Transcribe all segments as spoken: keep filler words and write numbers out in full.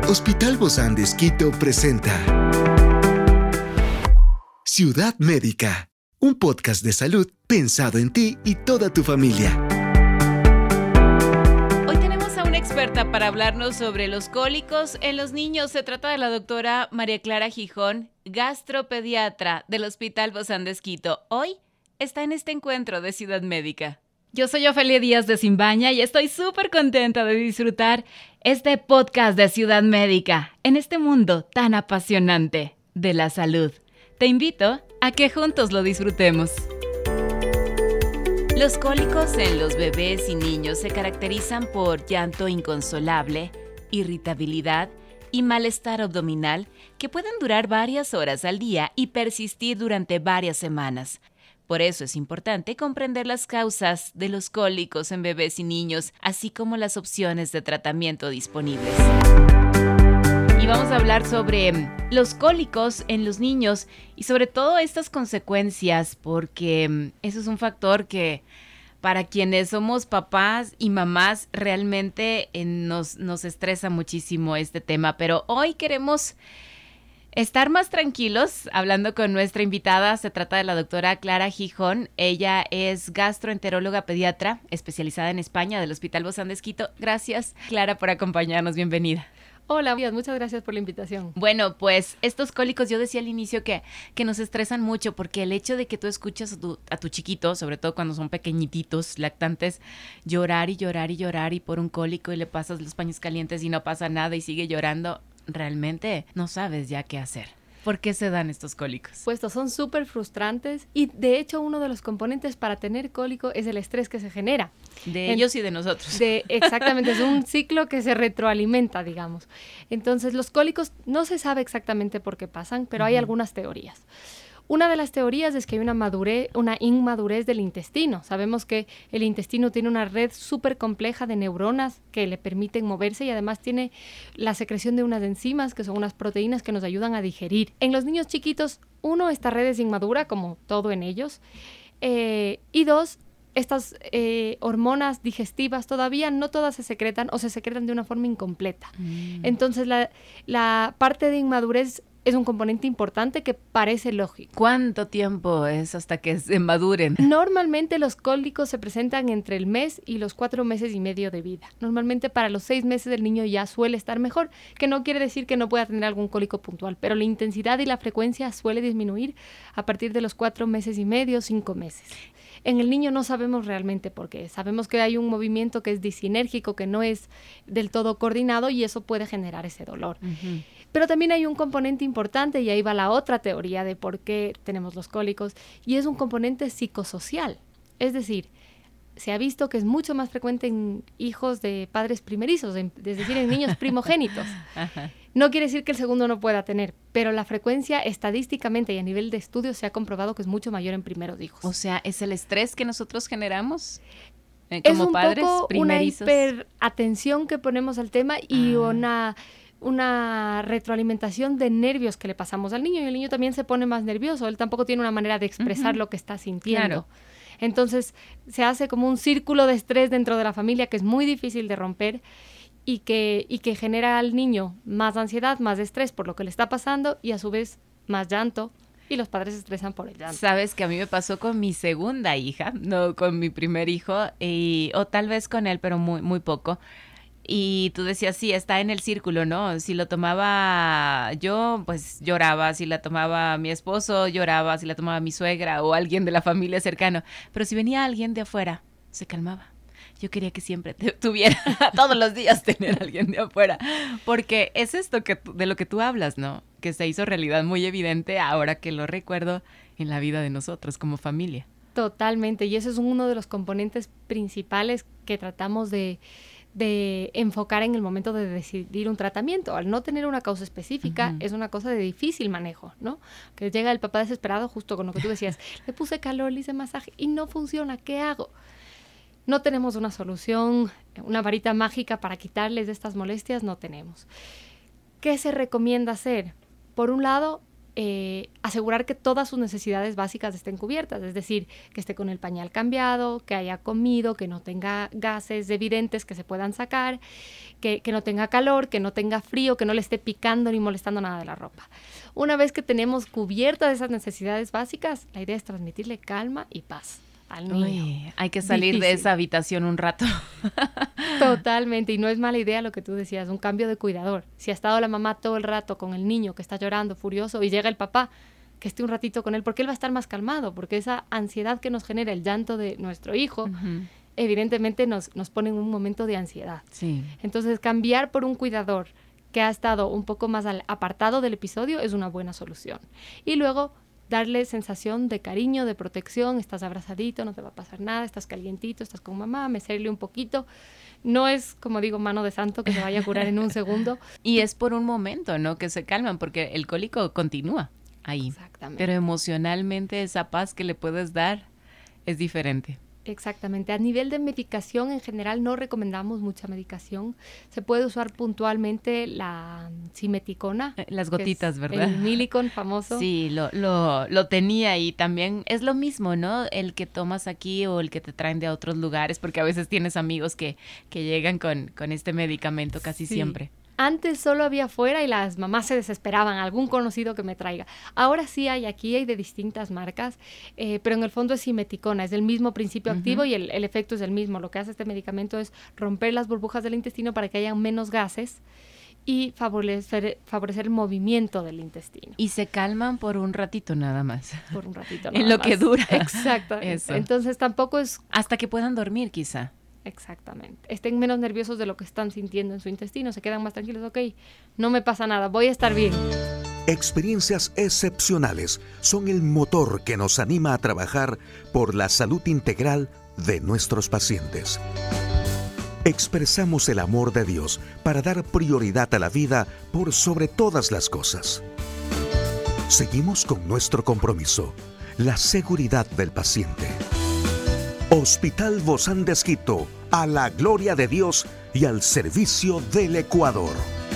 Hospital Bozán de Esquito presenta Ciudad Médica, un podcast de salud pensado en ti y toda tu familia. Hoy tenemos a una experta para hablarnos sobre los cólicos en los niños. Se trata de la doctora María Clara Gijón, gastropediatra del Hospital Bozán de Esquito. Hoy está en este encuentro de Ciudad Médica. Yo soy Ofelia Díaz de Simbaña y estoy súper contenta de disfrutar este podcast de Ciudad Médica en este mundo tan apasionante de la salud. Te invito a que juntos lo disfrutemos. Los cólicos en los bebés y niños se caracterizan por llanto inconsolable, irritabilidad y malestar abdominal que pueden durar varias horas al día y persistir durante varias semanas. Por eso es importante comprender las causas de los cólicos en bebés y niños, así como las opciones de tratamiento disponibles. Y vamos a hablar sobre los cólicos en los niños y sobre todo estas consecuencias, porque eso es un factor que para quienes somos papás y mamás realmente eh, nos, nos estresa muchísimo este tema. Pero hoy queremos estar más tranquilos hablando con nuestra invitada. Se trata de la doctora Clara Gijón. Ella es gastroenteróloga pediatra especializada en España del Hospital Bozán de Esquito. Gracias, Clara, por acompañarnos. Bienvenida. Hola, muchas gracias por la invitación. Bueno, pues estos cólicos, yo decía al inicio que, que nos estresan mucho porque el hecho de que tú escuchas a tu, a tu chiquito, sobre todo cuando son pequeñititos, lactantes, llorar y llorar y llorar y por un cólico y le pasas los paños calientes y no pasa nada y sigue llorando, realmente no sabes ya qué hacer. ¿Por qué se dan estos cólicos? Pues estos son súper frustrantes y de hecho uno de los componentes para tener cólico es el estrés que se genera. De en, ellos y de nosotros. De, exactamente, es un ciclo que se retroalimenta, digamos. Entonces los cólicos no se sabe exactamente por qué pasan, pero uh-huh. hay algunas teorías. Una de las teorías es que hay una madurez, una inmadurez del intestino. Sabemos que el intestino tiene una red súper compleja de neuronas que le permiten moverse y además tiene la secreción de unas enzimas que son unas proteínas que nos ayudan a digerir. En los niños chiquitos, uno, esta red es inmadura, como todo en ellos, eh, y dos, estas eh, hormonas digestivas todavía no todas se secretan o se secretan de una forma incompleta. Mm. Entonces, la, la parte de inmadurez es un componente importante que parece lógico. ¿Cuánto tiempo es hasta que se maduren? Normalmente los cólicos se presentan entre el mes y los cuatro meses y medio de vida. Normalmente para los seis meses el niño ya suele estar mejor, que no quiere decir que no pueda tener algún cólico puntual, pero la intensidad y la frecuencia suele disminuir a partir de los cuatro meses y medio, cinco meses. En el niño no sabemos realmente por qué. Sabemos que hay un movimiento que es disinérgico, que no es del todo coordinado y eso puede generar ese dolor. Uh-huh. Pero también hay un componente importante y ahí va la otra teoría de por qué tenemos los cólicos y es un componente psicosocial. Es decir, se ha visto que es mucho más frecuente en hijos de padres primerizos, en, es decir, en niños primogénitos. Ajá. No quiere decir que el segundo no pueda tener, pero la frecuencia estadísticamente y a nivel de estudios se ha comprobado que es mucho mayor en primeros hijos. O sea, ¿es el estrés que nosotros generamos eh, como es un padres poco primerizos? Una hiperatención que ponemos al tema y ah. una... una retroalimentación de nervios que le pasamos al niño y el niño también se pone más nervioso, él tampoco tiene una manera de expresar uh-huh. lo que está sintiendo. Claro. Entonces se hace como un círculo de estrés dentro de la familia que es muy difícil de romper y que, y que genera al niño más ansiedad, más estrés por lo que le está pasando y a su vez más llanto. Y los padres se estresan por el llanto. Sabes que a mí me pasó con mi segunda hija, no con mi primer hijo, y, o tal vez con él, pero muy, muy poco. Y tú decías, sí, está en el círculo, ¿no? Si lo tomaba yo, pues lloraba. Si la tomaba mi esposo, lloraba. Si la tomaba mi suegra o alguien de la familia cercano. Pero si venía alguien de afuera, se calmaba. Yo quería que siempre te tuviera, todos los días tener a alguien de afuera. Porque es esto que de lo que tú hablas, ¿no? Que se hizo realidad muy evidente ahora que lo recuerdo en la vida de nosotros como familia. Totalmente. Y ese es uno de los componentes principales que tratamos de... de enfocar en el momento de decidir un tratamiento. Al no tener una causa específica, uh-huh. es una cosa de difícil manejo, ¿no? Que llega el papá desesperado justo con lo que tú decías, le puse calor, le hice masaje y no funciona, ¿qué hago? No tenemos una solución, una varita mágica para quitarles de estas molestias, no tenemos. ¿Qué se recomienda hacer? Por un lado, eh, asegurar que todas sus necesidades básicas estén cubiertas, es decir, que esté con el pañal cambiado, que haya comido, que no tenga gases evidentes que se puedan sacar, que, que no tenga calor, que no tenga frío, que no le esté picando ni molestando nada de la ropa. Una vez que tenemos cubiertas esas necesidades básicas, la idea es transmitirle calma y paz al niño. Uy, hay que salir Difícil. de esa habitación un rato. Totalmente, y no es mala idea lo que tú decías, un cambio de cuidador. Si ha estado la mamá todo el rato con el niño que está llorando, furioso, y llega el papá, que esté un ratito con él, porque él va a estar más calmado, porque esa ansiedad que nos genera el llanto de nuestro hijo, uh-huh. evidentemente nos, nos pone en un momento de ansiedad. Sí. Entonces, cambiar por un cuidador que ha estado un poco más al, apartado del episodio es una buena solución. Y luego darle sensación de cariño, de protección, estás abrazadito, no te va a pasar nada, estás calientito, estás con mamá, mecerle un poquito. No es, como digo, mano de santo que se vaya a curar en un segundo. Y es por un momento, ¿no? Que se calman, porque el cólico continúa ahí. Exactamente. Pero emocionalmente esa paz que le puedes dar es diferente. Exactamente. A nivel de medicación, en general, no recomendamos mucha medicación. Se puede usar puntualmente la simeticona. Las gotitas, ¿verdad? El Milicon famoso. Sí, lo, lo, lo tenía y también es lo mismo, ¿no? El que tomas aquí o el que te traen de otros lugares, porque a veces tienes amigos que, que llegan con, con este medicamento casi sí. siempre. Antes solo había afuera y las mamás se desesperaban, algún conocido que me traiga. Ahora sí hay aquí, hay de distintas marcas, eh, pero en el fondo es simeticona, es del mismo principio uh-huh. activo y el, el efecto es el mismo. Lo que hace este medicamento es romper las burbujas del intestino para que haya menos gases y favorecer, favorecer el movimiento del intestino. Y se calman por un ratito nada más. Por un ratito nada En lo más. que dura. Exacto. Eso. Entonces tampoco es... Hasta que puedan dormir quizá. Exactamente. Estén menos nerviosos de lo que están sintiendo en su intestino, se quedan más tranquilos, ok, no me pasa nada, voy a estar bien. Experiencias excepcionales son el motor que nos anima a trabajar por la salud integral de nuestros pacientes. Expresamos el amor de Dios para dar prioridad a la vida por sobre todas las cosas. Seguimos con nuestro compromiso, la seguridad del paciente. Hospital Bozán de Esquito, a la gloria de Dios y al servicio del Ecuador.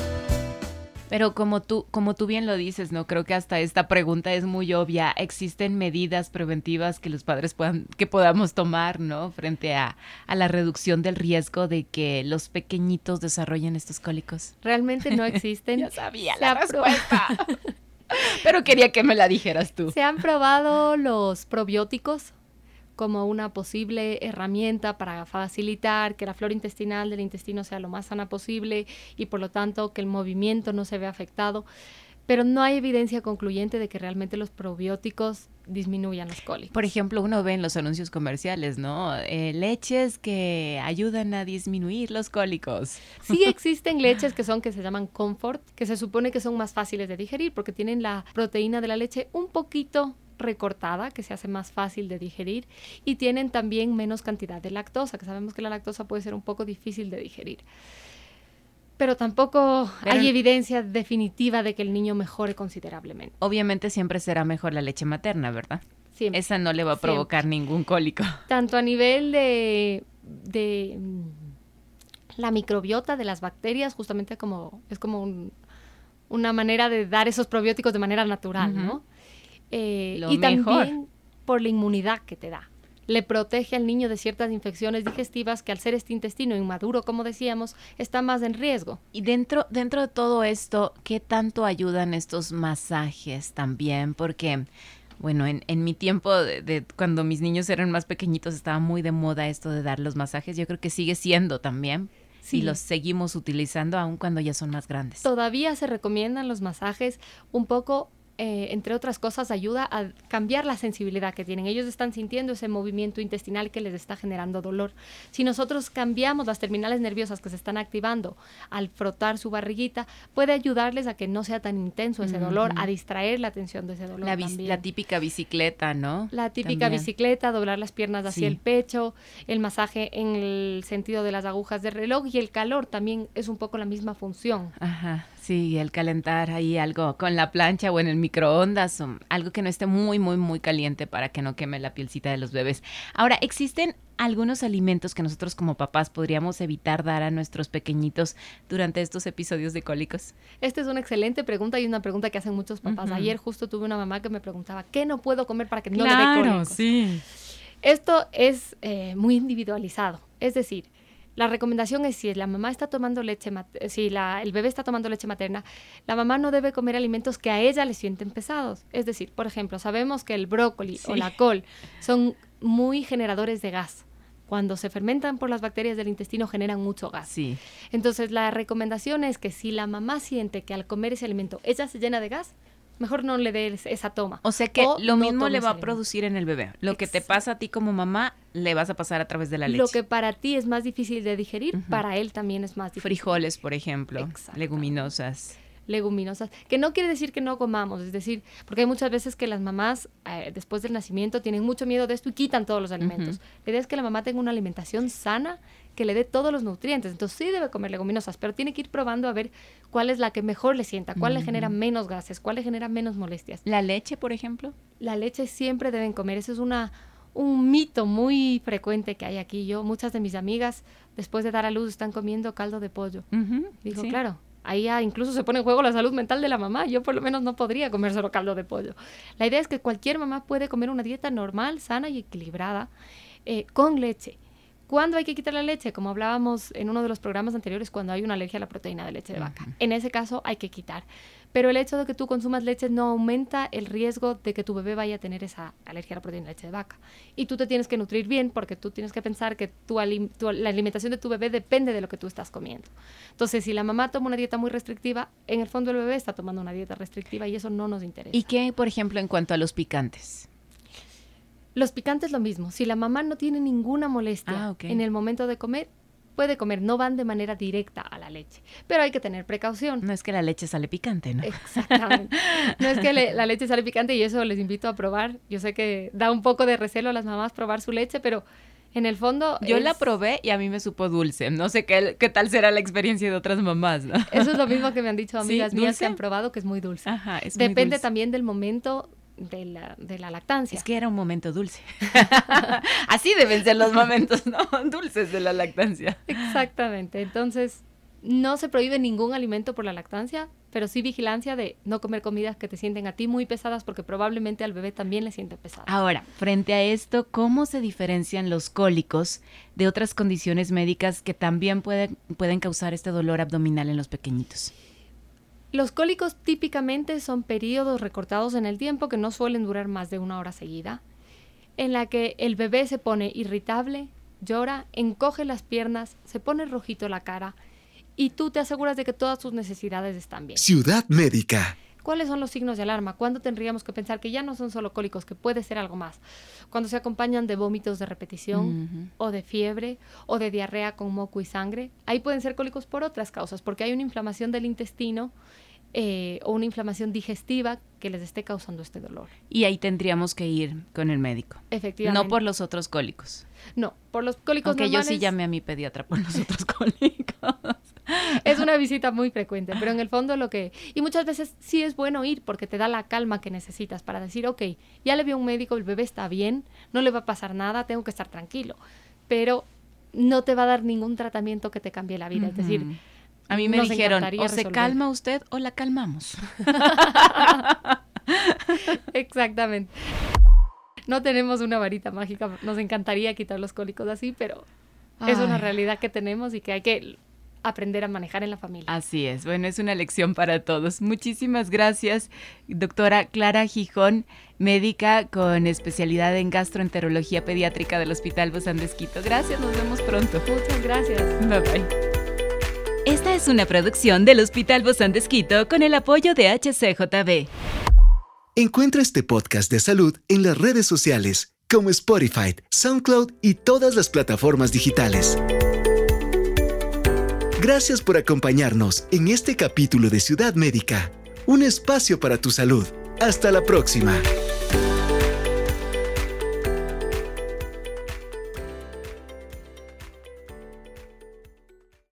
Pero como tú, como tú bien lo dices, ¿no? Creo que hasta esta pregunta es muy obvia. ¿Existen medidas preventivas que los padres puedan, que podamos tomar, ¿no? Frente a, a la reducción del riesgo de que los pequeñitos desarrollen estos cólicos. Realmente no existen. Ya sabía la respuesta. Pero quería que me la dijeras tú. Se han probado los probióticos como una posible herramienta para facilitar que la flora intestinal del intestino sea lo más sana posible y por lo tanto que el movimiento no se vea afectado, pero no hay evidencia concluyente de que realmente los probióticos disminuyan los cólicos. Por ejemplo, uno ve en los anuncios comerciales, ¿no? Eh, leches que ayudan a disminuir los cólicos. Sí existen leches que son, que se llaman Comfort, que se supone que son más fáciles de digerir porque tienen la proteína de la leche un poquito recortada, que se hace más fácil de digerir, y tienen también menos cantidad de lactosa, que sabemos que la lactosa puede ser un poco difícil de digerir. Pero tampoco Pero, hay evidencia definitiva de que el niño mejore considerablemente. Obviamente siempre será mejor la leche materna, ¿verdad? Siempre. Esa no le va a provocar siempre. ningún cólico. Tanto a nivel de, de la microbiota de las bacterias, justamente como es como un, una manera de dar esos probióticos de manera natural, uh-huh. ¿no? Eh, y mejor. También por la inmunidad que te da. Le protege al niño de ciertas infecciones digestivas que al ser este intestino inmaduro, como decíamos, está más en riesgo. Y dentro, dentro de todo esto, ¿qué tanto ayudan estos masajes también? Porque, bueno, en, en mi tiempo, de, de cuando mis niños eran más pequeñitos, estaba muy de moda esto de dar los masajes. Yo creo que sigue siendo también. Sí. Y los seguimos utilizando aun cuando ya son más grandes. Todavía se recomiendan los masajes un poco... Eh, entre otras cosas, ayuda a cambiar la sensibilidad que tienen. Ellos están sintiendo ese movimiento intestinal que les está generando dolor. Si nosotros cambiamos las terminales nerviosas que se están activando al frotar su barriguita, puede ayudarles a que no sea tan intenso ese uh-huh. dolor, a distraer la atención de ese dolor la, también. La típica bicicleta, ¿no? La típica también. bicicleta, doblar las piernas hacia sí. el pecho, el masaje en el sentido de las agujas del reloj y el calor también es un poco la misma función. Ajá. Sí, el calentar ahí algo con la plancha o en el microondas, o algo que no esté muy, muy, muy caliente para que no queme la pielcita de los bebés. Ahora, ¿existen algunos alimentos que nosotros como papás podríamos evitar dar a nuestros pequeñitos durante estos episodios de cólicos? Esta es una excelente pregunta y una pregunta que hacen muchos papás. Uh-huh. Ayer justo tuve una mamá que me preguntaba, ¿qué no puedo comer para que no claro, le dé cólicos? Sí. Esto es eh, muy individualizado, es decir, la recomendación es si la mamá está tomando leche, si la, el bebé está tomando leche materna, la mamá no debe comer alimentos que a ella le sienten pesados. Es decir, por ejemplo, sabemos que el brócoli sí. o la col son muy generadores de gas. Cuando se fermentan por las bacterias del intestino generan mucho gas. Sí. Entonces, la recomendación es que si la mamá siente que al comer ese alimento ella se llena de gas, mejor no le des esa toma. O sea que o lo no mismo le va a alimento. producir en el bebé. Lo Exacto. que te pasa a ti como mamá, le vas a pasar a través de la leche. Lo que para ti es más difícil de digerir, uh-huh. para él también es más difícil. Frijoles, por ejemplo, leguminosas. Leguminosas, que no quiere decir que no comamos, es decir, porque hay muchas veces que las mamás eh, después del nacimiento tienen mucho miedo de esto y quitan todos los alimentos. Uh-huh. La idea es que la mamá tenga una alimentación sana que le dé todos los nutrientes, entonces sí debe comer leguminosas, pero tiene que ir probando a ver cuál es la que mejor le sienta, cuál uh-huh. le genera menos gases, cuál le genera menos molestias. ¿La leche, por ejemplo? La leche siempre deben comer, eso es una un mito muy frecuente que hay aquí. Yo, muchas de mis amigas, después de dar a luz, están comiendo caldo de pollo. Uh-huh. Digo, ¿sí? Claro. Ahí ya incluso se pone en juego la salud mental de la mamá. Yo por lo menos no podría comer solo caldo de pollo. La idea es que cualquier mamá puede comer una dieta normal, sana y equilibrada eh, con leche. ¿Cuándo hay que quitar la leche? Como hablábamos en uno de los programas anteriores, cuando hay una alergia a la proteína de leche de vaca. Uh-huh. En ese caso hay que quitar. Pero el hecho de que tú consumas leche no aumenta el riesgo de que tu bebé vaya a tener esa alergia a la proteína de leche de vaca. Y tú te tienes que nutrir bien porque tú tienes que pensar que tu alim- tu, la alimentación de tu bebé depende de lo que tú estás comiendo. Entonces, si la mamá toma una dieta muy restrictiva, en el fondo el bebé está tomando una dieta restrictiva y eso no nos interesa. ¿Y qué, por ejemplo, en cuanto a los picantes? Los picantes lo mismo. Si la mamá no tiene ninguna molestia ah, okay. en el momento de comer, puede comer, no van de manera directa a la leche, pero hay que tener precaución. No es que la leche sale picante, ¿no? Exactamente. No es que le, la leche sale picante y eso les invito a probar. Yo sé que da un poco de recelo a las mamás probar su leche, pero en el fondo... Yo es... la probé y a mí me supo dulce. No sé qué, qué tal será la experiencia de otras mamás, ¿no? Eso es lo mismo que me han dicho amigas ¿Sí? mías ¿Dulce? que han probado, que es muy dulce. Ajá, es Depende muy dulce. También del momento de la, de la lactancia. Es que era un momento dulce. Así deben ser los momentos, ¿no? Dulces de la lactancia. Exactamente. Entonces, no se prohíbe ningún alimento por la lactancia, pero sí vigilancia de no comer comidas que te sienten a ti muy pesadas porque probablemente al bebé también le siente pesado. Ahora, frente a esto, ¿cómo se diferencian los cólicos de otras condiciones médicas que también pueden, pueden causar este dolor abdominal en los pequeñitos? Los cólicos típicamente son periodos recortados en el tiempo que no suelen durar más de una hora seguida, en la que el bebé se pone irritable, llora, encoge las piernas, se pone rojito la cara y tú te aseguras de que todas sus necesidades están bien. Ciudad Médica. ¿Cuáles son los signos de alarma? ¿Cuándo tendríamos que pensar que ya no son solo cólicos, que puede ser algo más? Cuando se acompañan de vómitos de repetición, uh-huh. o de fiebre, o de diarrea con moco y sangre. Ahí pueden ser cólicos por otras causas, porque hay una inflamación del intestino eh, o una inflamación digestiva que les esté causando este dolor. Y ahí tendríamos que ir con el médico. Efectivamente. No por los otros cólicos. No, por los cólicos Aunque normales. Yo sí llamé a mi pediatra por los otros cólicos. Es una visita muy frecuente, pero en el fondo lo que... Y muchas veces sí es bueno ir porque te da la calma que necesitas para decir, ok, ya le vi a un médico, el bebé está bien, no le va a pasar nada, tengo que estar tranquilo. Pero no te va a dar ningún tratamiento que te cambie la vida. Uh-huh. Es decir, a mí me dijeron, o se resolver. calma usted o la calmamos. Exactamente. No tenemos una varita mágica, nos encantaría quitar los cólicos así, pero Ay. es una realidad que tenemos y que hay que aprender a manejar en la familia. Así es, bueno, es una lección para todos. Muchísimas gracias, doctora Clara Gijón, médica con especialidad en gastroenterología pediátrica del Hospital Bozán de Esquito. Gracias, nos vemos pronto. Muchas gracias. Bye bye. Esta es una producción del Hospital Bozán de Esquito con el apoyo de H C J B. Encuentra este podcast de salud en las redes sociales como Spotify, SoundCloud y todas las plataformas digitales. Gracias por acompañarnos en este capítulo de Ciudad Médica, un espacio para tu salud. Hasta la próxima.